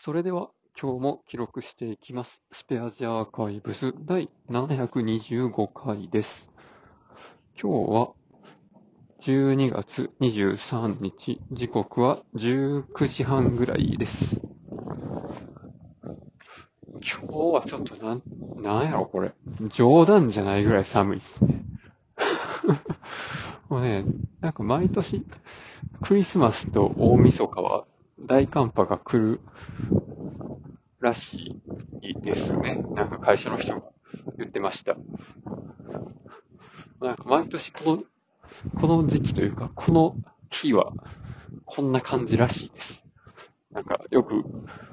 それでは今日も記録していきます。スペアジアーカイブス第725回です。今日は12月23日、時刻は19時半ぐらいです。今日はちょっとなんやろこれ。冗談じゃないぐらい寒いですね。もうね、なんか毎年クリスマスと大晦日は大寒波が来るらしいですね。なんか会社の人が言ってました。なんか毎年この時期というか、この日はこんな感じらしいです。なんかよく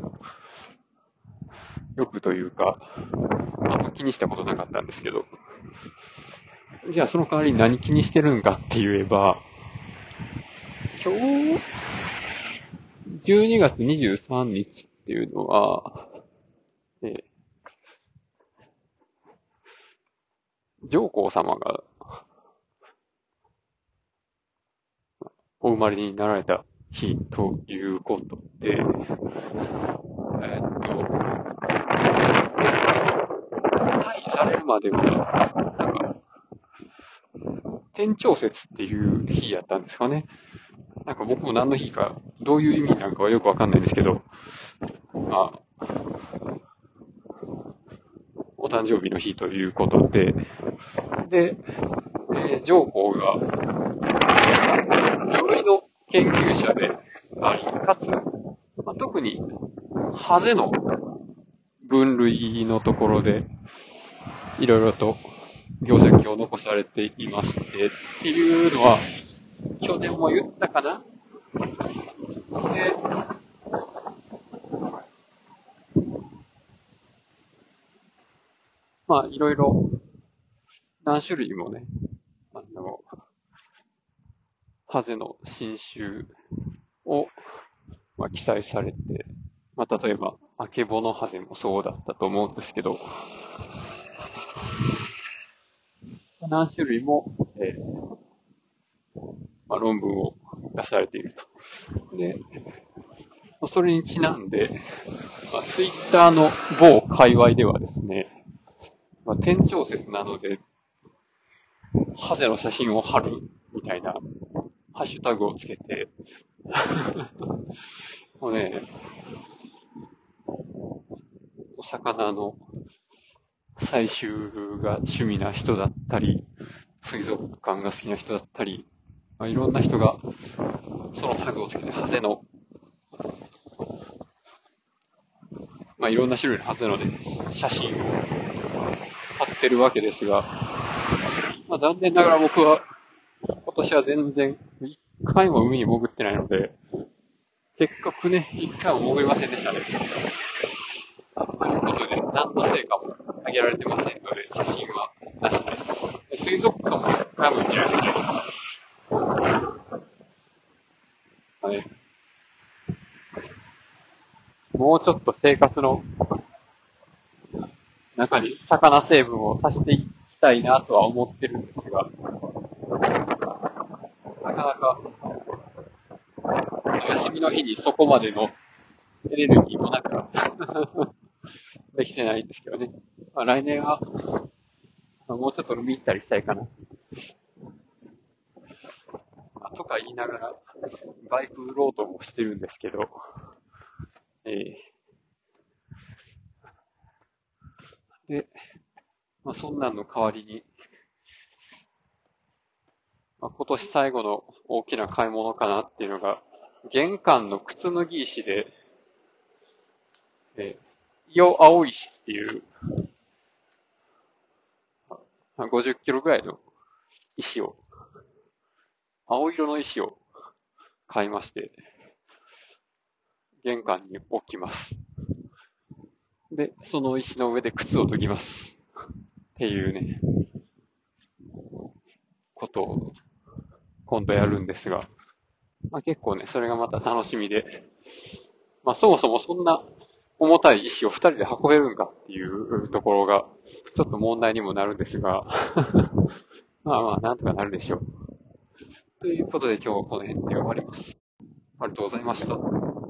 というか、あんま気にしたことなかったんですけど、じゃあその代わりに何気にしてるんかって言えば、今日、12月23日っていうのは、上皇様がお生まれになられた日ということで、退位されるまでは、なんか、天長節っていう日やったんですかね。なんか僕も何の日か、どういう意味なのかはよくわかんないんですけど、まあ、お誕生日の日ということで、で、上皇が、鎧の研究者であり、かつ、特に、ハゼの分類のところで、いろいろと業績を残されていまして、っていうのは、去年も言ったかな。で、まあ、いろいろ、何種類もね、ハゼの新種を、記載されて、例えば、アケボノハゼもそうだったと思うんですけど、何種類も、論文を出されていると。で、それにちなんで、ツイッターの某界隈ではですね、天長説なので、ハゼの写真を貼るみたいなハッシュタグをつけて、もうね、お魚の採集が趣味な人だったり、水族館が好きな人だったり、いろんな人がそのタグをつけてハゼの、いろんな種類のハゼのね、写真を貼ってるわけですが、残念ながら僕は今年は全然一回も海に潜ってないので、結局ね、一回も潜りませんでしたね。ということで、何の成果も上げられてませんので、写真はなしです。水族館も一回も行ってないですね。もうちょっと生活の中に魚成分を足していきたいなとは思ってるんですが、なかなか休みの日にそこまでのエネルギーもなくできてないんですけどね。来年はもうちょっと海行ったりしたいかな。とか言いながらバイク売ろうともしてるんですけど、で、そんなんの代わりに、今年最後の大きな買い物かなっていうのが、玄関の靴脱ぎ石で、伊予青石っていう、50キロぐらいの石を、青色の石を買いまして、玄関に置きます。で、その石の上で靴を脱ぎます。っていうね、ことを今度やるんですが、結構ね、それがまた楽しみで、そもそもそんな重たい石を二人で運べるんかっていうところが、ちょっと問題にもなるんですが、なんとかなるでしょう。ということで今日はこの辺で終わります。ありがとうございました。